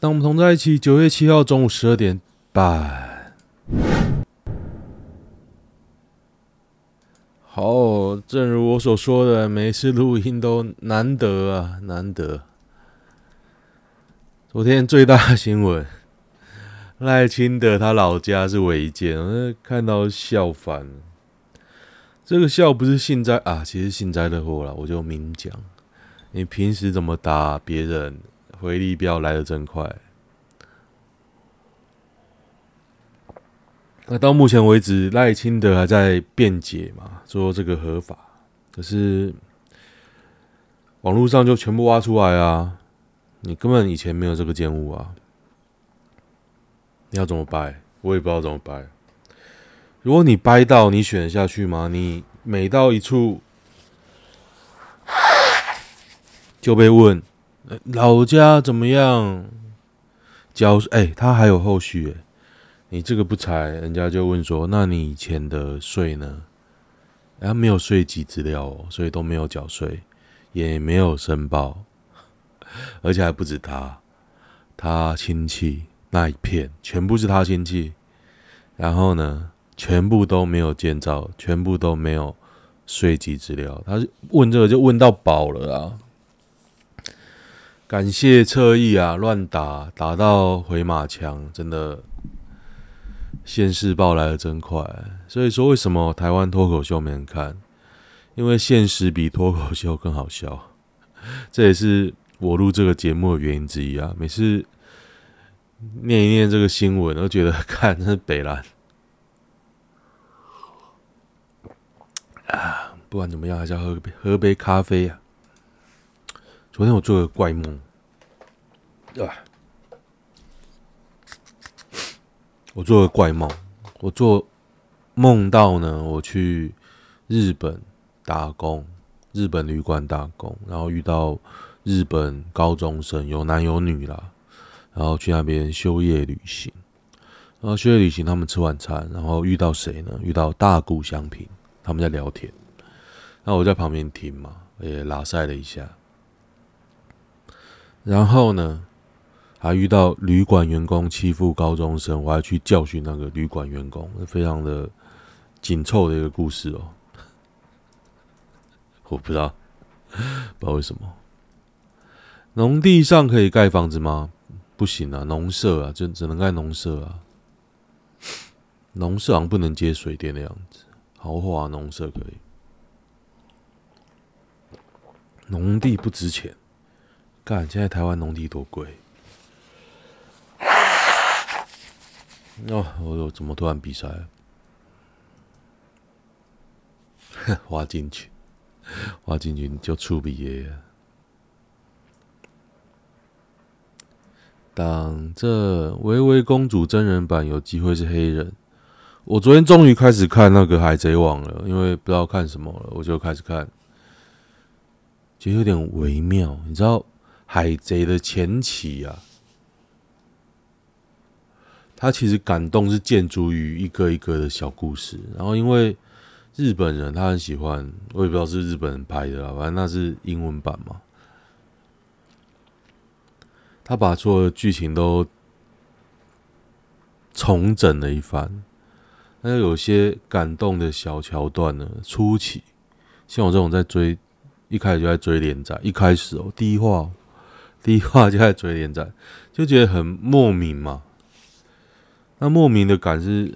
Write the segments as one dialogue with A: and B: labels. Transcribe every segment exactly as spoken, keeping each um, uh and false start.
A: 当我们同在一起，九月七号中午十二点半。好，正如我所说的，每次录音都难得啊，难得。昨天最大的新闻，赖清德他老家是违建，我看到笑翻了。这个笑不是幸灾啊，其实幸灾乐祸啦，我就明讲。你平时怎么打别人，回力镖来得真快。那到目前为止，赖清德还在辩解嘛，说这个合法，可是网络上就全部挖出来啊，你根本以前没有这个建物啊，你要怎么掰？我也不知道怎么掰。如果你掰到，你选得下去吗？你每到一处就被问老家怎么样？交哎、欸，他还有后续哎、欸。你这个不裁，人家就问说：“那你以前的税呢？”他没有税籍资料哦，所以都没有缴税，也没有申报，而且还不止他，他亲戚那一片全部是他亲戚，然后呢，全部都没有建造，全部都没有税籍资料。他问这个就问到饱了啊！感谢侧翼啊，乱打打到回马枪，真的。现世报来得真快，所以说为什么台湾脱口秀没人看？因为现实比脱口秀更好笑，这也是我录这个节目的原因之一啊。每次念一念这个新闻，都觉得看真是北烂啊！不管怎么样，还是要喝杯喝杯咖啡啊。昨天我做了怪梦，啊。我做了怪梦，我做梦到呢，我去日本打工，日本旅馆打工，然后遇到日本高中生，有男有女啦，然后去那边休业旅行，然后休业旅行他们吃晚餐，然后遇到谁呢？遇到大谷翔平，他们在聊天，那我在旁边听嘛，也拉塞了一下，然后呢？还遇到旅馆员工欺负高中生，我还去教训那个旅馆员工，非常的紧凑的一个故事哦。我不知道，不知道为什么。农地上可以盖房子吗？不行啊，农舍啊，就只能盖农舍啊。农舍好像不能接水电的样子，豪华农舍可以。农地不值钱，干，现在台湾农地多贵。哦，我怎么突然比赛了？滑进去，滑进去就出毕业。当这微微公主真人版有机会是黑人，我昨天终于开始看那个海贼王了，因为不知道看什么了，我就开始看，觉得有点微妙。你知道海贼的前期啊？他其实感动是建筑于一个一个的小故事，然后因为日本人他很喜欢，我也不知道是日本人拍的啦，反正那是英文版嘛，他把所有的剧情都重整了一番，那有些感动的小桥段呢，初期像我这种在追，一开始就在追连载，一开始哦，第一话，第一话就在追连载，就觉得很莫名嘛。那莫名的感是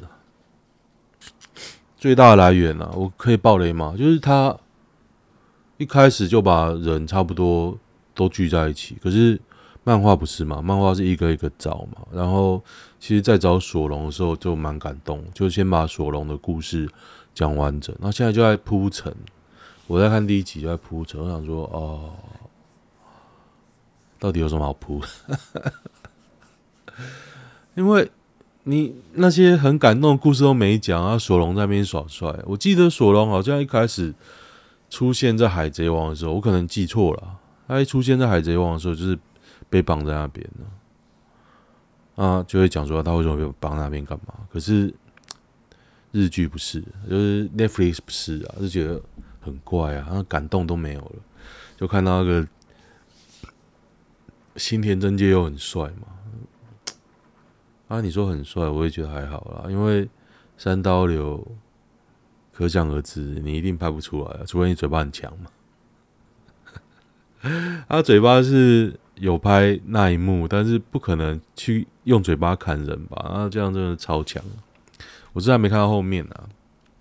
A: 最大的来源啊！我可以爆雷吗？就是他一开始就把人差不多都聚在一起，可是漫画不是嘛？漫画是一个一个找嘛。然后其实，在找索隆的时候就蛮感动，就先把索隆的故事讲完整。那现在就在铺陈，我在看第一集就在铺陈，我想说哦，到底有什么好铺？因为你那些很感动的故事都没讲啊，索隆在那边耍帅。我记得索隆好像一开始出现在海贼王的时候，我可能记错了。他一出现在海贼王的时候，就是被绑在那边了，啊，就会讲说他为什么被绑在那边干嘛？可是日剧不是，就是 Netflix 不是啊，就觉得很怪啊，那感动都没有了。就看到那个新田真介又很帅嘛， 啊，你说很帅，我也觉得还好啦，因为三刀流可想而知，你一定拍不出来啊，除非你嘴巴很强嘛。他嘴巴是有拍那一幕，但是不可能去用嘴巴砍人吧？那这样真的超强。我是还没看到后面啊。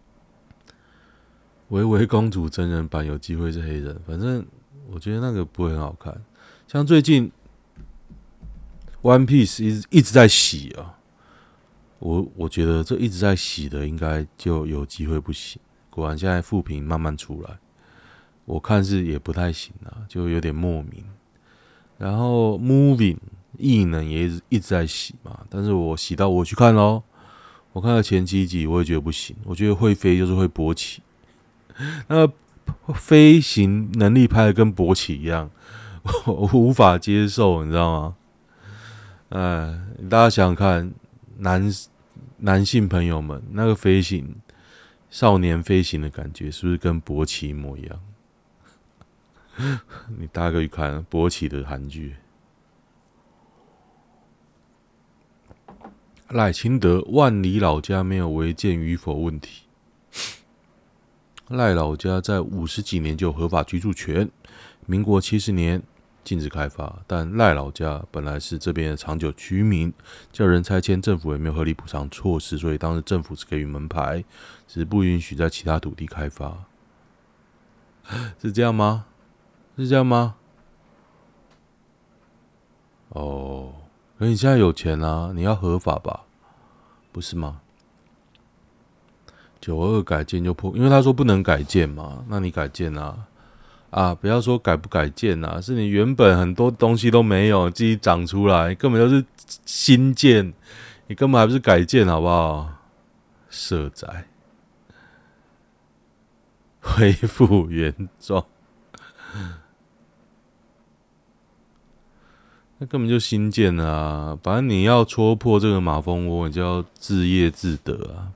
A: 维维公主真人版有机会是黑人，反正我觉得那个不会很好看。像最近 One Piece 一直一直在洗啊，我我觉得这一直在洗的应该就有机会不行。果然现在负评慢慢出来，我看是也不太行啊，就有点莫名。然后 Moving 异能也一直一直在洗嘛，但是我洗到我去看咯，我看了前七集我也觉得不行，我觉得会飞就是会勃起。那飞行能力拍的跟勃起一样，我无法接受，你知道吗？哎，大家想想看，男男性朋友们，那个飞行少年飞行的感觉，是不是跟勃起一模一样？你大家可以看勃起的韩剧。赖清德万里老家没有违建与否问题。赖老家在五十几年就有合法居住权，民国七十年禁止开发，但赖老家本来是这边的长久居民，叫人拆迁，政府也没有合理补偿措施，所以当时政府是给予门牌，只是不允许在其他土地开发。是这样吗？是这样吗？哦，可你现在有钱啊，你要合法吧？不是吗？九二改建就破，因为他说不能改建嘛，那你改建啊？啊，不要说改不改建啊，是你原本很多东西都没有，自己长出来，根本就是新建，你根本还不是改建，好不好？社宅恢复原状，那根本就新建啊！反正你要戳破这个马蜂窝，你就要自业自得啊！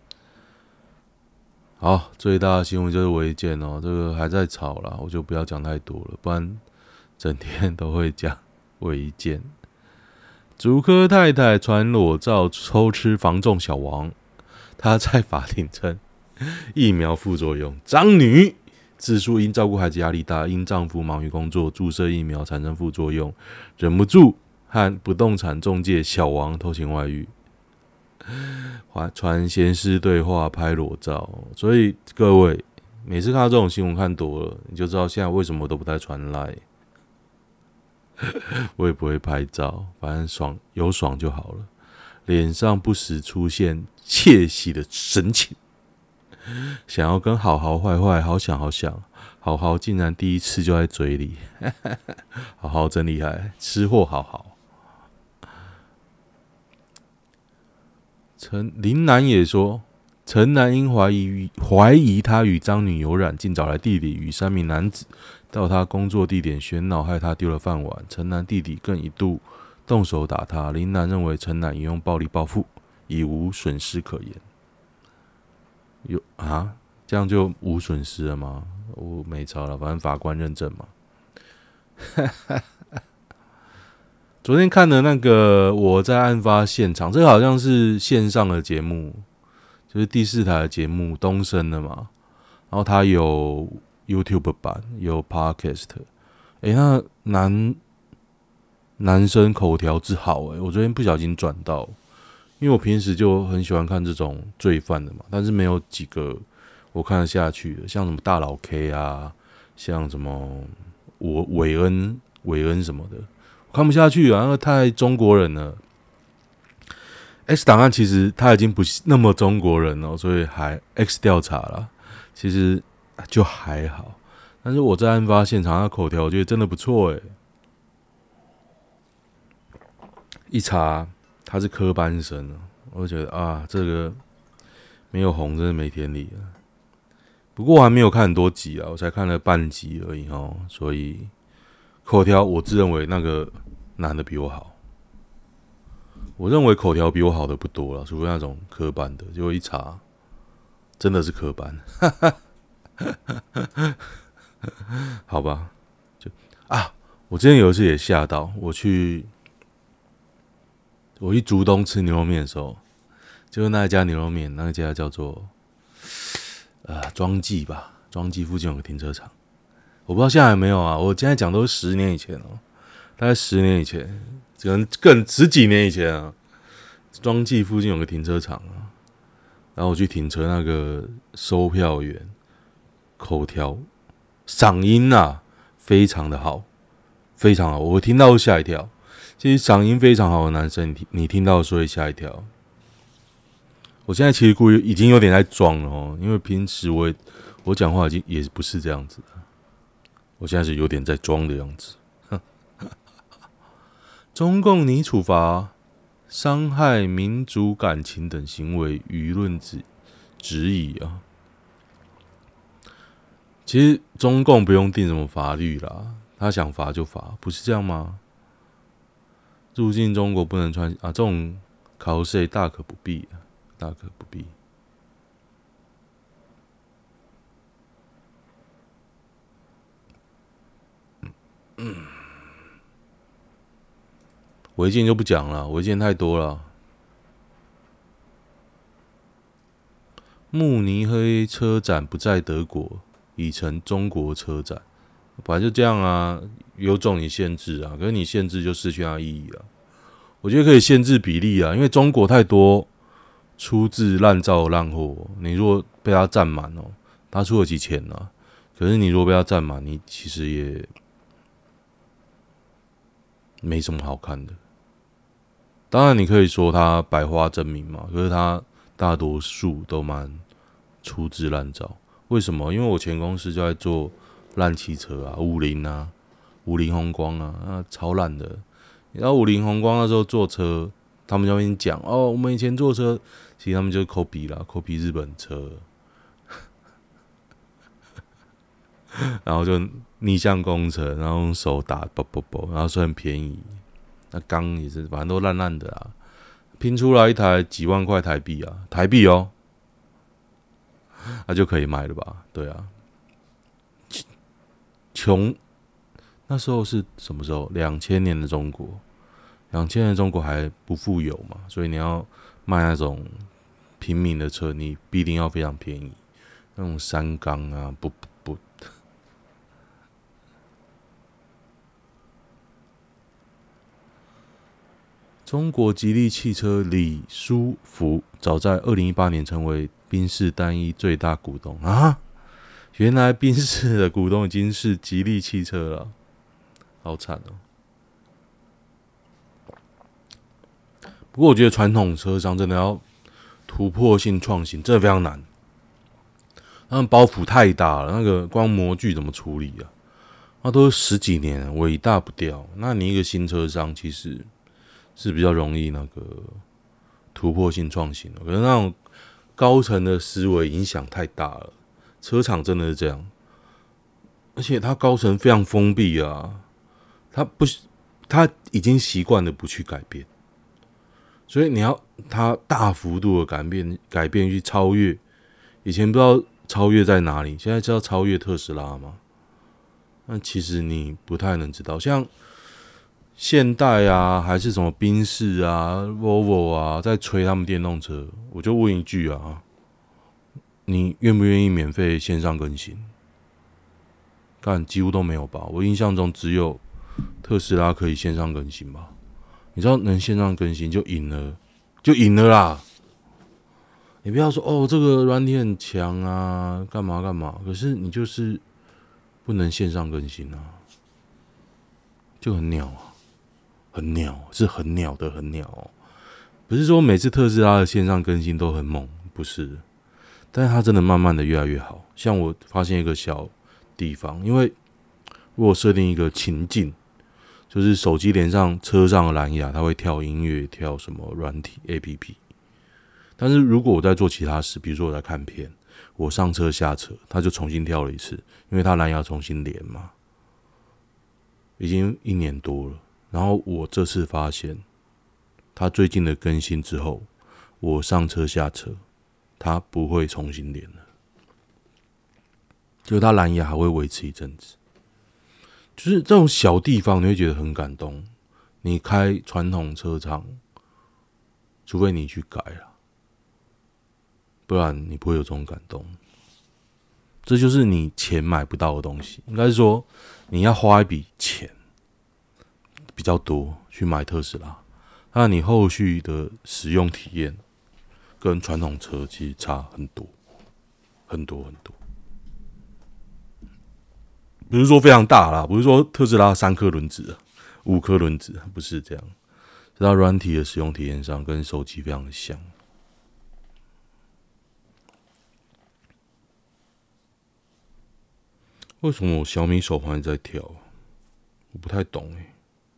A: 好，最大的新闻就是违建哦，这个还在吵啦，我就不要讲太多了，不然整天都会讲违建。竹科太太传裸照偷吃防重小王，她在法庭称疫苗副作用，张女自述因照顾孩子压力大，因丈夫忙于工作，注射疫苗产生副作用，忍不住和不动产中介小王偷情外遇。传闲诗对话，拍裸照，所以各位每次看到这种新闻看多了，你就知道现在为什么我都不太传赖，我也不会拍照，反正爽有爽就好了，脸上不时出现窃喜的神情，想要跟好好坏坏好想好想，好好竟然第一次就在嘴里，好好真厉害，吃货好好。陈林南也说，陈南因怀疑怀疑他与张女有染，竟找来弟弟与三名男子到他工作地点喧闹，害他丢了饭碗。陈南弟弟更一度动手打他。林南认为陈南引用暴力报复，已无损失可言。有啊，这样就无损失了吗？我没抄了，反正法官认证嘛。昨天看的那个我在案发现场，这个好像是线上的节目，就是第四台的节目，东升的嘛。然后它有 YouTube 版，有 Podcast。哎、欸，那男男生口条之好、欸，哎，我昨天不小心转到，因为我平时就很喜欢看这种罪犯的嘛，但是没有几个我看得下去的，像什么大佬 K 啊，像什么我韦恩韦恩什么的。看不下去啊，那个太中国人了。X 档案其实他已经不那么中国人了，所以还 X 调查了，其实就还好。但是我在案发现场，他口条我觉得真的不错诶。一查他是科班生，我就觉得啊，这个没有红真的没天理了。不过我还没有看很多集啊，我才看了半集而已哦，所以口条我自认为那个男的比我好，我认为口条比我好的不多了，除非那种科班的，结果一查，真的是科班，好吧，就啊，我之前有一次也吓到，我去我去竹东吃牛肉面的时候，就是那一家牛肉面，那一家叫做呃庄记吧，庄记附近有个停车场，我不知道现在有没有啊。我现在讲都是十年以前哦，大概十年以前，可能更十几年以前啊。庄记附近有个停车场啊，然后我去停车，那个售票员口条、嗓音啊，非常的好，非常好，我听到吓一跳。其实嗓音非常好的男生，你你听到所以吓一跳。我现在其实故意已经有点在装了哦，因为平时我也我讲话已经也不是这样子的，我现在是有点在装的样子。中共拟处罚伤害民族感情等行为，舆论质疑啊。其实中共不用定什么法律啦，他想罚就罚，不是这样吗？入境中国不能穿啊，这种考试大可不必啊，大可不必。嗯，违建就不讲了，违建太多了。慕尼黑车展不在德国，已成中国车展。本来就这样啊，有种你限制啊，可是你限制就失去它的意义了。我觉得可以限制比例啊，因为中国太多粗制滥造的烂货，你如果被它占满哦，他出得起钱啊。可是你如果被它占满，你其实也没什么好看的。当然，你可以说它百花争鸣嘛，可是它大多数都蛮粗制滥造。为什么？因为我前公司就在做烂汽车啊，五菱啊，五菱宏光啊，啊超烂的。然后五菱宏光那时候做车，他们就跟你讲哦，我们以前做车，其实他们就是 copy 啦 ，copy 日本车，然后就逆向工程，然后用手打啵啵啵，然后说很便宜，那钢也是，反正都烂烂的啊，拼出来一台几万块台币啊，台币哦，那就可以买了吧？对啊，穷那时候是什么时候？两千年的中国。两千年的中国还不富有嘛，所以你要卖那种平民的车，你必定要非常便宜，那种三缸啊，不不不。中国吉利汽车李书福早在二零一八年成为宾士单一最大股东啊！原来宾士的股东已经是吉利汽车了，好惨哦。不过我觉得传统车商真的要突破性创新，真的非常难。他们包袱太大了，那个光模具怎么处理啊？那都是十几年了，尾大不掉。那你一个新车商其实是比较容易那个突破性创新的，可是那种高层的思维影响太大了。车厂真的是这样，而且他高层非常封闭啊，他不，他已经习惯了不去改变。所以你要它大幅度的改变，改变去超越，以前不知道超越在哪里，现在知道超越特斯拉吗？那其实你不太能知道，像现代啊，还是什么宾士啊、Volvo 啊，在吹他们电动车，我就问一句啊，你愿不愿意免费线上更新？干几乎都没有吧？我印象中只有特斯拉可以线上更新吧？你知道能线上更新就赢了，就赢了啦！你不要说哦，这个软体很强啊，干嘛干嘛，可是你就是不能线上更新啊，就很鸟啊，很鸟，是很鸟的很鸟哦。不是说每次特斯拉的线上更新都很猛，不是，但是它真的慢慢的越来越好。像我发现一个小地方，因为我设定一个情境。就是手机连上车上的蓝牙，它会跳音乐、跳什么软体 A P P。但是如果我在做其他事，比如说我在看片，我上车下车，它就重新跳了一次，因为它蓝牙重新连嘛。已经一年多了，然后我这次发现，它最近的更新之后，我上车下车，它不会重新连了，就它蓝牙还会维持一阵子。就是这种小地方，你会觉得很感动。你开传统车厂除非你去改了，不然你不会有这种感动。这就是你钱买不到的东西，应该是说你要花一笔钱比较多去买特斯拉，那你后续的使用体验跟传统车其实差很多，很多很多。不是说非常大啦，不是说特斯拉三颗轮子、五颗轮子，不是这样。是它软体的使用体验上跟手机非常的像。为什么我小米手环在跳？我不太懂哎、欸。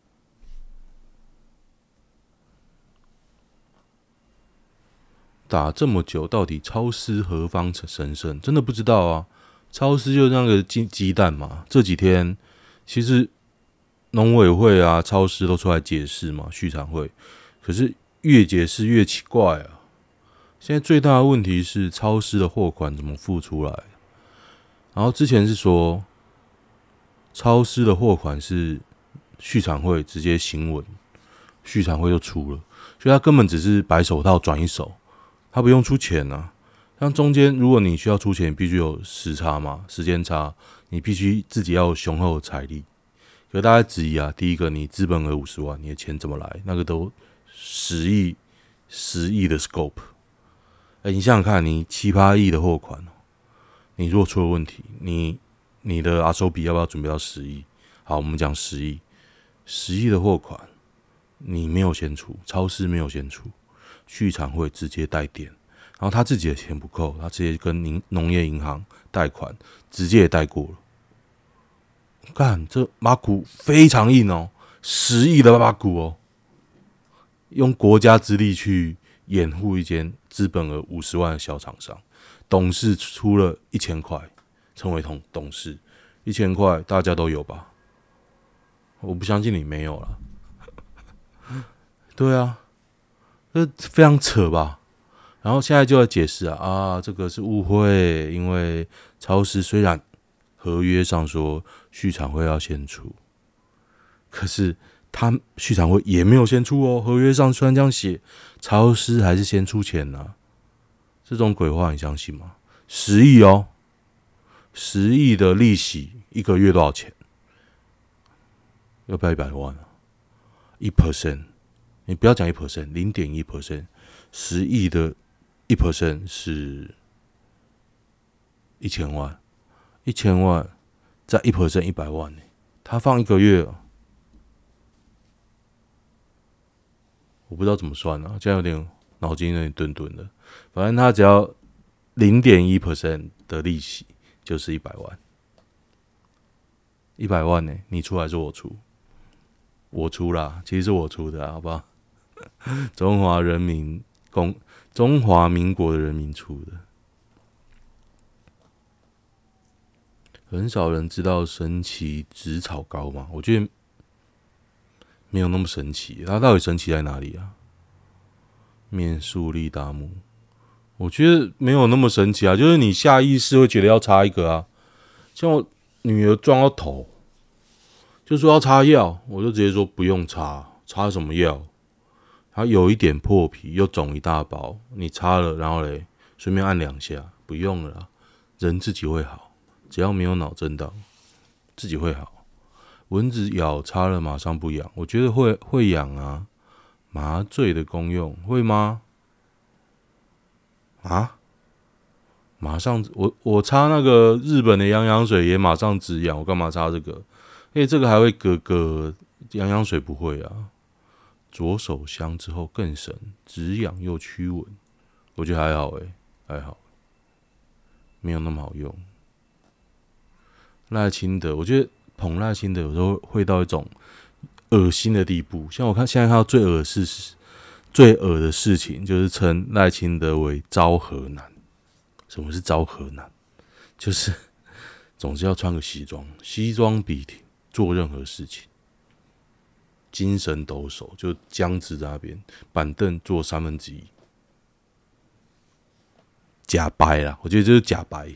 A: 打这么久，到底超市何方神圣？真的不知道啊。超市就是那个鸡鸡蛋嘛。这几天其实农委会啊、超市都出来解释嘛，续产会。可是越解释越奇怪啊。现在最大的问题是超市的货款怎么付出来？然后之前是说，超市的货款是续产会直接行文，续产会就出了，所以他根本只是白手套转一手，他不用出钱啊。像中间如果你需要出钱，必须有时差嘛，时间差，你必须自己要有雄厚的财力。可大家质疑啊，第一个你资本额五十万，你的钱怎么来？那个都十亿、十亿的 scope。哎、欸，你想想看，你七八亿的货款，你如果出了问题，你你的阿手比要不要准备到十亿？好，我们讲十亿，十亿的货款，你没有先出，超市没有先出，续产会直接带电，然后他自己的钱不够，他直接跟农业银行贷款，直接也贷过了。干，这马股非常硬哦，十亿的马股哦，用国家之力去掩护一间资本额五十万的小厂商，董事出了一千块，成为董董事，一千块大家都有吧？我不相信你没有了。对啊，这非常扯吧？然后现在就要解释啊啊，这个是误会，因为超市虽然合约上说续产会要先出，可是他续产会也没有先出哦。合约上虽然这样写，超市还是先出钱啊。这种鬼话你相信吗？十亿哦，十亿的利息一个月多少钱？要不要一百万啊？一 percent， 你不要讲一 percent， 零点一 percent， 十亿的一 percent 是一千万，一千万再一 percent 一百万呢、欸，他放一个月、啊，我不知道怎么算啊，这样有点脑筋有点钝钝的。反正他只要零点一 percent 的利息就是一百万，一百万呢、欸，你出还是我出？我出啦，其实是我出的、啊，好不好？中华人民公中华民国的人民出的。很少人知道神奇紫草膏嘛？我觉得没有那么神奇，它到底神奇在哪里啊？面速利达姆，我觉得没有那么神奇啊，就是你下意识会觉得要插一个啊。像我女儿撞到头，就说要插药，我就直接说不用插，插什么药？它有一点破皮，又肿一大包，你插了，然后嘞，顺便按两下，不用了啦，人自己会好，只要没有脑震荡，自己会好。蚊子咬插了马上不痒，我觉得会会痒啊。麻醉的功用会吗？啊？马上我我插那个日本的洋洋水也马上止痒，我干嘛插这个？因为这个还会咯咯，洋洋水不会啊。左手香之后更神，止痒又驱蚊，我觉得还好诶、欸，还好，没有那么好用。赖清德，我觉得捧赖清德有时候会到一种恶心的地步。像我看现在看到最恶的事，最恶的事情就是称赖清德为昭和男。什么是昭和男？就是总是要穿个西装，西装笔挺做任何事情，精神抖擞，就僵直在那边，板凳坐三分之一，假白啦，我觉得这是假白。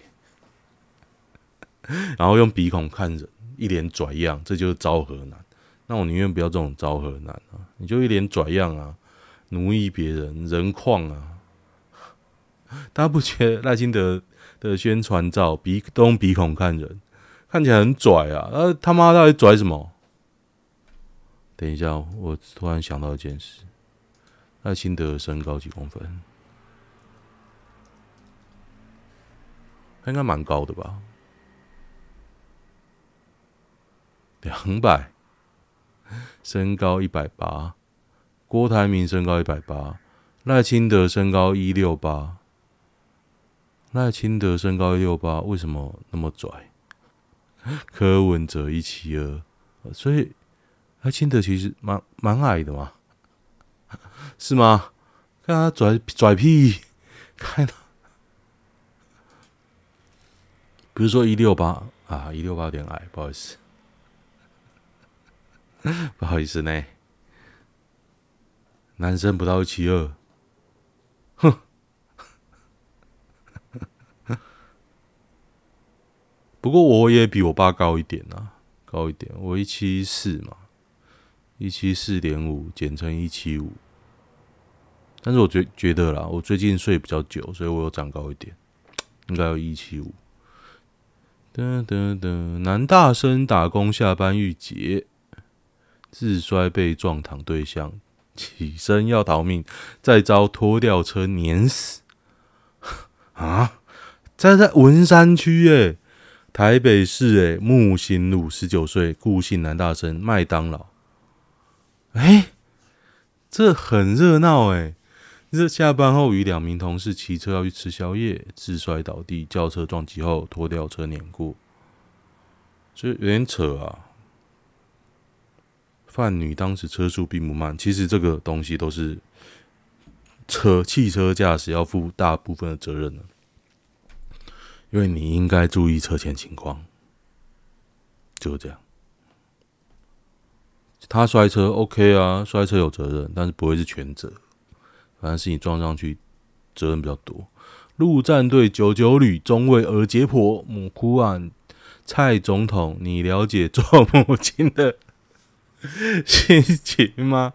A: 然后用鼻孔看人，一脸拽样，这就是昭和男。那我宁愿不要这种昭和男啊，你就一脸拽样啊， 奴役别人，人矿啊！大家不觉得赖清德的宣传照鼻都用鼻孔看人，看起来很拽啊？呃，他妈到底拽什么？等一下，我突然想到一件事：赖清德身高几公分？他应该蛮高的吧？两百，身高一百八。郭台铭身高一百八，赖清德身高一六八。赖清德身高一六八，为什么那么拽？柯文哲一七二，所以赖清德其实蛮蛮矮的嘛，是吗？看他拽拽屁，看他，比如说一六八啊，一六八有点矮，不好意思，不好意思呢。男生不到一七二，哼。不过我也比我爸高一点啊，高一点，我一七四嘛，一七四点五减成一七五。但是我觉觉得啦，我最近睡比较久，所以我有长高一点，应该有一七五。噔噔噔，男大生打工下班遇劫，自摔被撞躺对象。起身要逃命，再遭拖吊车碾死啊！这在文山区耶，台北市诶木星路，十九岁顾姓男大生麦当劳。哎，这很热闹诶！这下班后与两名同事骑车要去吃宵夜，自摔倒地，轿车撞击后拖吊车碾过，所以有点扯啊。犯女当时车速并不慢，其实这个东西都是车汽车驾驶要负大部分的责任的，因为你应该注意车前情况，就是这样。他摔车 OK 啊，摔车有责任，但是不会是全责，反正是你撞上去，责任比较多。陆战队九九旅中尉儿解剖，母哭案，蔡总统，你了解做母亲的心情吗？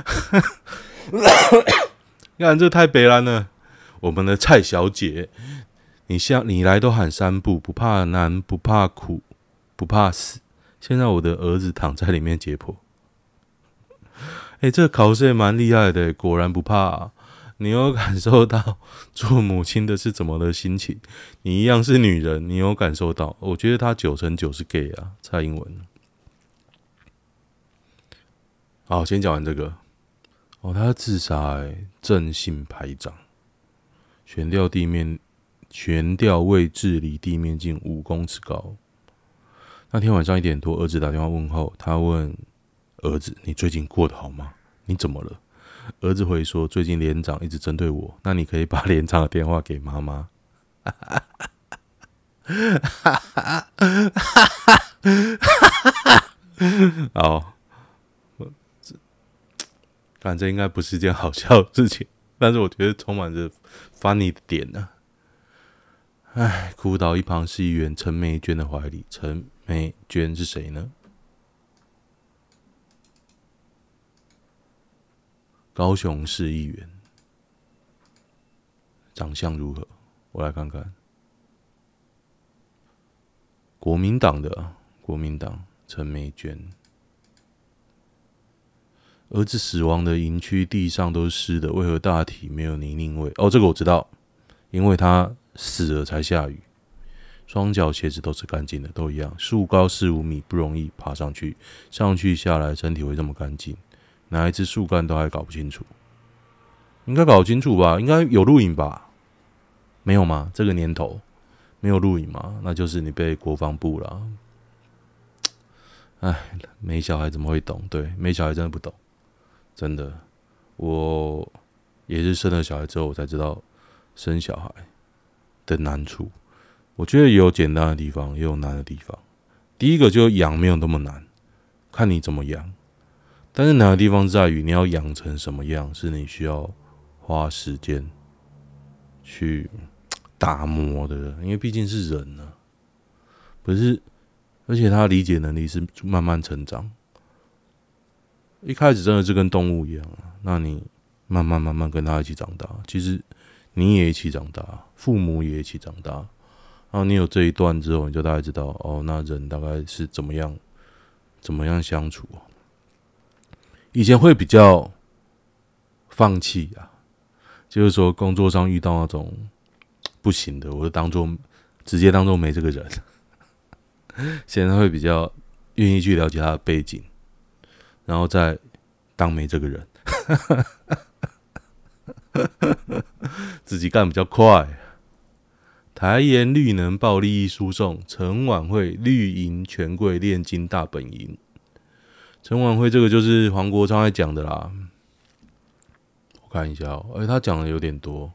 A: 看这太北蓝了，我们的蔡小姐，你像你来都喊三不，不怕难，不怕苦，不怕死。现在我的儿子躺在里面解剖，哎、欸，这个考试也蛮厉害的，果然不怕、啊。你有感受到做母亲的是怎么的心情？你一样是女人，你有感受到？我觉得他九成九是 gay 啊，蔡英文。好，先讲完这个。哦，他自杀哎，正信排长，悬吊地面，悬吊位置离地面近五公尺高。那天晚上一点多，儿子打电话问候，他问儿子：“你最近过得好吗？你怎么了？”儿子回说：“最近连长一直针对我，那你可以把连长的电话给妈妈。”好。反正应该不是件好笑的事情，但是我觉得充满着 funny 的点呢、啊。唉，哭倒一旁是议员陈美娟的怀里。陈美娟是谁呢？高雄市议员，长相如何？我来看看。国民党的，国民党陈美娟。儿子死亡的营区地上都是湿的，为何大体没有泥泞味？哦，这个我知道，因为他死了才下雨。双脚鞋子都是干净的，都一样。树高四五米，不容易爬上去，上去下来身体会这么干净，哪一只树干都还搞不清楚？应该搞清楚吧？应该有录影吧？没有吗？这个年头没有录影吗？那就是你被国防部了。哎，没小孩怎么会懂？对，没小孩真的不懂。真的，我也是生了小孩之后，我才知道生小孩的难处。我觉得也有简单的地方，也有难的地方。第一个就是养没有那么难，看你怎么养。但是难的地方在于你要养成什么样，是你需要花时间去打磨的，因为毕竟是人啊，不是，而且他理解能力是慢慢成长。一开始真的是跟动物一样啊，那你慢慢慢慢跟他一起长大。其实你也一起长大，父母也一起长大。然后你有这一段之后，你就大概知道哦，那人大概是怎么样怎么样相处。以前会比较放弃啊，就是说工作上遇到那种不行的，我就当做直接当做没这个人。现在会比较愿意去了解他的背景，然后再当没这个人。自己干比较快。台盐绿能爆利益输送，陈婉慧绿营权贵炼金大本营。陈婉慧这个就是黄国昌在讲的啦。我看一下哦，哎、欸，他讲的有点多，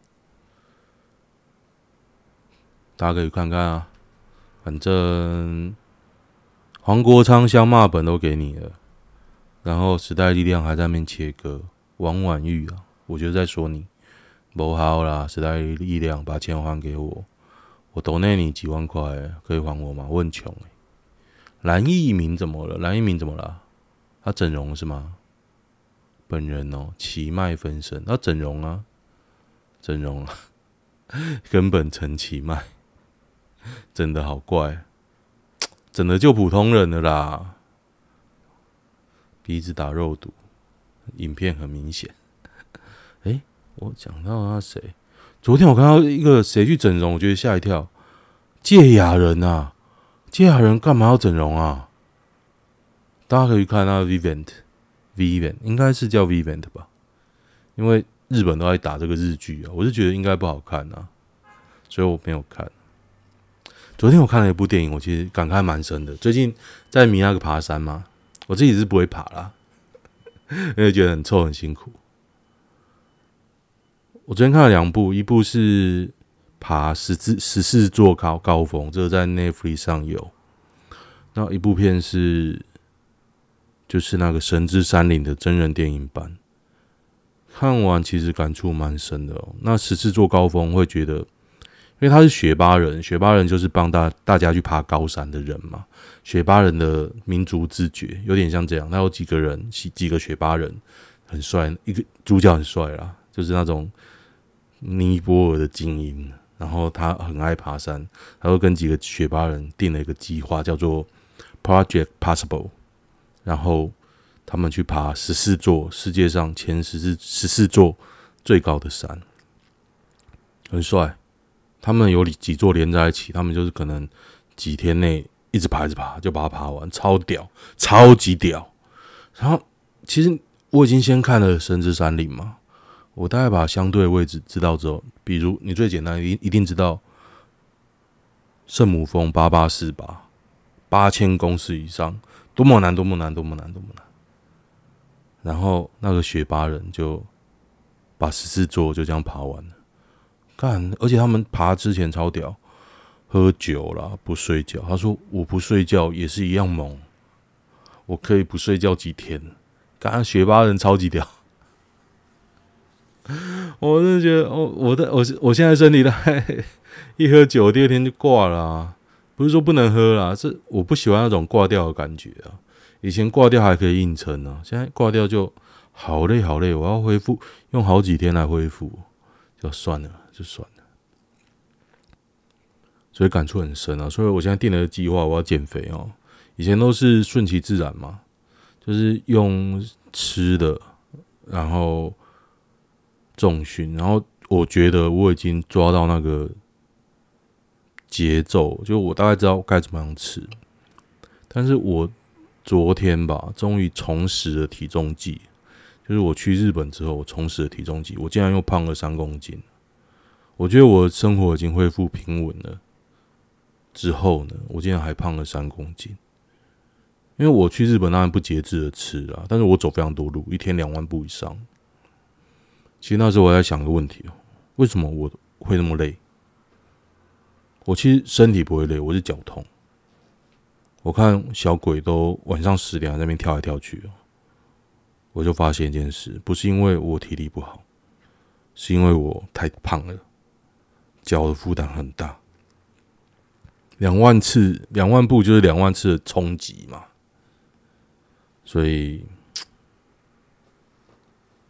A: 大家可以看看啊。反正黄国昌相骂本都给你了，然后时代力量还在那边切割。王婉玉啊，我就在说你不好啦，时代力量把钱还给我。我抖内你几万块，可以还我吗？我很穷哎。蓝奕明怎么了？蓝奕明怎么了？他整容是吗？本人哦，奇脉分身，他整容啊，整容啊，根本成奇脉，真的好怪，整的就普通人了啦。鼻子打肉毒，影片很明显。哎、欸，我讲到他谁？昨天我看到一个谁去整容，我觉得吓一跳。芥雅人啊，芥雅人干嘛要整容啊？大家可以看那个 Vivant，Vivant 应该是叫 Vivant 吧？因为日本都在打这个日剧啊，我是觉得应该不好看啊，所以我没有看。昨天我看了一部电影，我其实感慨蛮深的。最近在迷那个爬山嘛，我自己是不会爬啦，因为觉得很臭很辛苦。我昨天看了两部，一部是爬十四十四座高高峰，这个在 Netflix 上有。那一部片是就是那个《神之山岭》的真人电影版，看完其实感触蛮深的哦。那十四座高峰会觉得，因为他是雪巴人，雪巴人就是帮大大家去爬高山的人嘛。雪巴人的民族自觉有点像这样，他有几个人，几个雪巴人很帅，一个主角很帅啦，就是那种尼泊尔的精英。然后他很爱爬山，他会跟几个雪巴人定了一个计划，叫做 Project Possible。然后他们去爬十四座世界上前十四十四座最高的山，很帅。他们有几座连在一起，他们就是可能几天内一直爬一直爬就把它爬完，超屌，超级屌。然后其实我已经先看了《神之山岭》嘛，我大概把相对的位置知道之后，比如你最简单一定知道圣母峰八八四八八千公尺以上。多么难，多么难，多么难，多么难！然后那个雪巴人就把十四座就这样爬完了，干！而且他们爬之前超屌，喝酒啦，不睡觉。他说我不睡觉也是一样猛，我可以不睡觉几天。干，雪巴人超级屌，我真的觉得，哦，我的我我现在身体在一喝酒，第二天就挂了啊。不是说不能喝啦，是我不喜欢那种挂掉的感觉啊。以前挂掉还可以硬撑啊，现在挂掉就好累好累，我要恢复，用好几天来恢复，就算了，就算了。所以感触很深啊，所以我现在定了个计划，我要减肥哦。以前都是顺其自然嘛，就是用吃的，然后重训，然后我觉得我已经抓到那个节奏，就我大概知道该怎么样吃。但是我昨天吧，终于重拾了体重计，就是我去日本之后，我重拾了体重计，我竟然又胖了三公斤。我觉得我的生活已经恢复平稳了，之后呢，我竟然还胖了三公斤。因为我去日本当然不节制的吃啊，但是我走非常多路，一天两万步以上。其实那时候我在想个问题哦，为什么我会那么累？我其实身体不会累，我是脚痛。我看小鬼都晚上十点在那边跳来跳去，我就发现一件事，不是因为我体力不好，是因为我太胖了，脚的负担很大。两万次，两万步就是两万次的冲击嘛，所以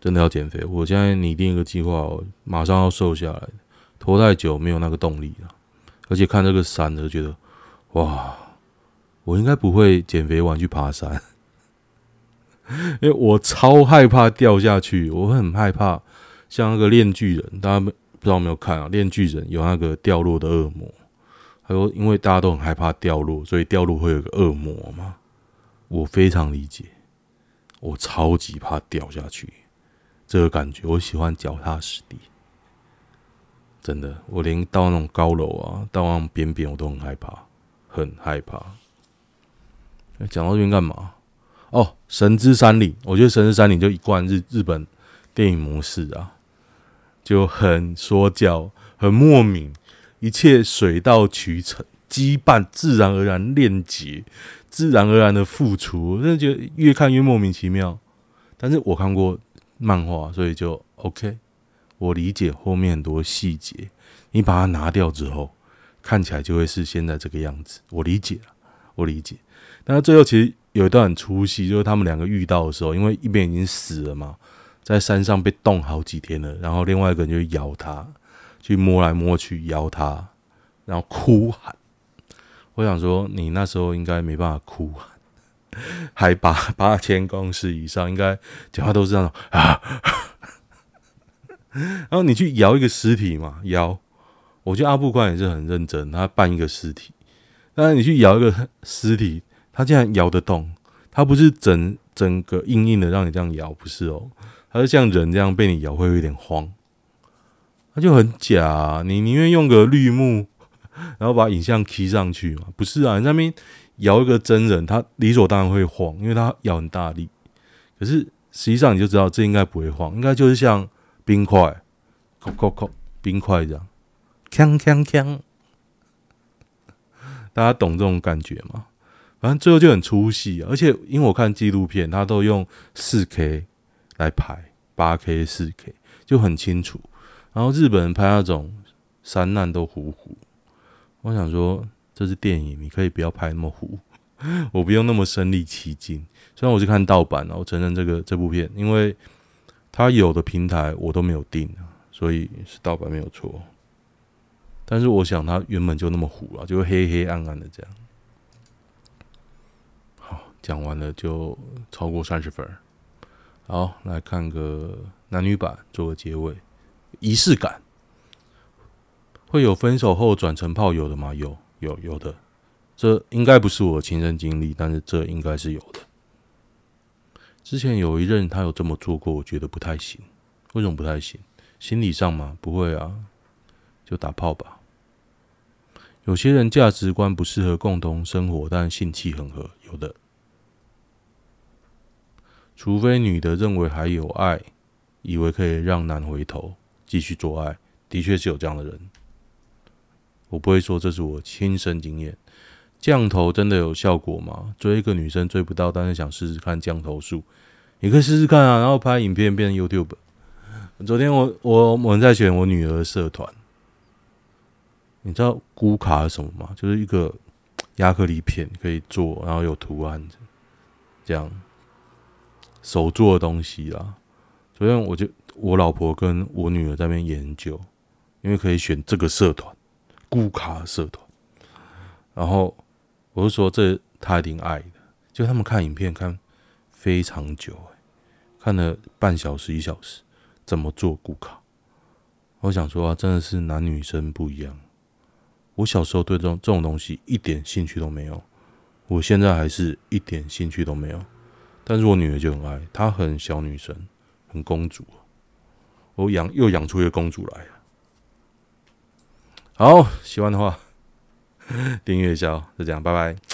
A: 真的要减肥。我现在拟定一个计划，我马上要瘦下来，拖太久没有那个动力了。而且看这个山，就觉得哇，我应该不会减肥完去爬山，因为我超害怕掉下去，我很害怕。像那个链巨人，大家不知道有没有看啊？链巨人有那个掉落的恶魔，还有因为大家都很害怕掉落，所以掉落会有个恶魔嘛。我非常理解，我超级怕掉下去，这个感觉，我喜欢脚踏实地。真的，我连到那种高楼啊，到那种边边我都很害怕，很害怕。讲到这边干嘛？哦，神之山岭，我觉得神之山岭就一贯日日本电影模式啊，就很说教，很莫名，一切水到渠成，羁绊自然而然链接，自然而然的付出，我真的觉得越看越莫名其妙。但是我看过漫画，所以就 OK。我理解后面很多细节，你把它拿掉之后，看起来就会是现在这个样子。我理解了，我理解。但是最后其实有一段很出戏，就是他们两个遇到的时候，因为一边已经死了嘛，在山上被冻好几天了，然后另外一个人就摇他，去摸来摸去摇他，然后哭喊。我想说，你那时候应该没办法哭喊，海拔八千公尺以上，应该讲话都是那种啊。然后你去摇一个尸体嘛，摇，我觉得阿布宽也是很认真，他扮一个尸体。但是你去摇一个尸体，他竟然摇得动，他不是整整个硬硬的让你这样摇，不是哦，他是像人这样被你摇会有点慌，他就很假啊。你宁愿用个绿幕，然后把影像 key 上去嘛？不是啊，你在那边摇一个真人，他理所当然会晃，因为他摇很大力。可是实际上你就知道，这应该不会晃，应该就是像冰块，扣扣扣，冰块这样，锵锵锵，大家懂这种感觉吗？反正最后就很出戏、啊，而且因为我看纪录片，他都用 四 K 来拍 ，八 K、四 K 就很清楚。然后日本人拍那种山难都糊糊，我想说这是电影，你可以不要拍那么糊，我不用那么身临其境。虽然我是看盗版啊，我承认这个这部片，因为它有的平台我都没有订，所以是盗版没有错。但是我想它原本就那么糊啊，就黑黑暗暗的这样。好，讲完了就超过三十分。好，来看个男女版，做个结尾。仪式感会有分手后转成炮友的吗？有，有，有的。这应该不是我的亲身经历，但是这应该是有的。之前有一任他有这么做过，我觉得不太行。为什么不太行？心理上吗？不会啊，就打炮吧。有些人价值观不适合共同生活，但性气很合，有的。除非女的认为还有爱，以为可以让男回头继续做爱，的确是有这样的人。我不会说这是我亲身经验。降头真的有效果吗？追一个女生追不到，但是想试试看降头术，你可以试试看啊，然后拍影片变成 YouTube。昨天我我我们在选我女儿的社团，你知道咕卡是什么吗？就是一个亚克力片可以做，然后有图案，这样手做的东西啦。昨天我就我老婆跟我女儿在那边研究，因为可以选这个社团，咕卡社团，然后我就说这她一定爱的，就他们看影片看非常久、欸，看了半小时一小时，怎么做咕卡？我想说啊，真的是男女生不一样。我小时候对这种这种东西一点兴趣都没有，我现在还是一点兴趣都没有。但是我女儿就很爱，她很小女生，很公主，我养又养出一个公主来了。好，喜欢的话订阅一下哦，就这样，拜拜。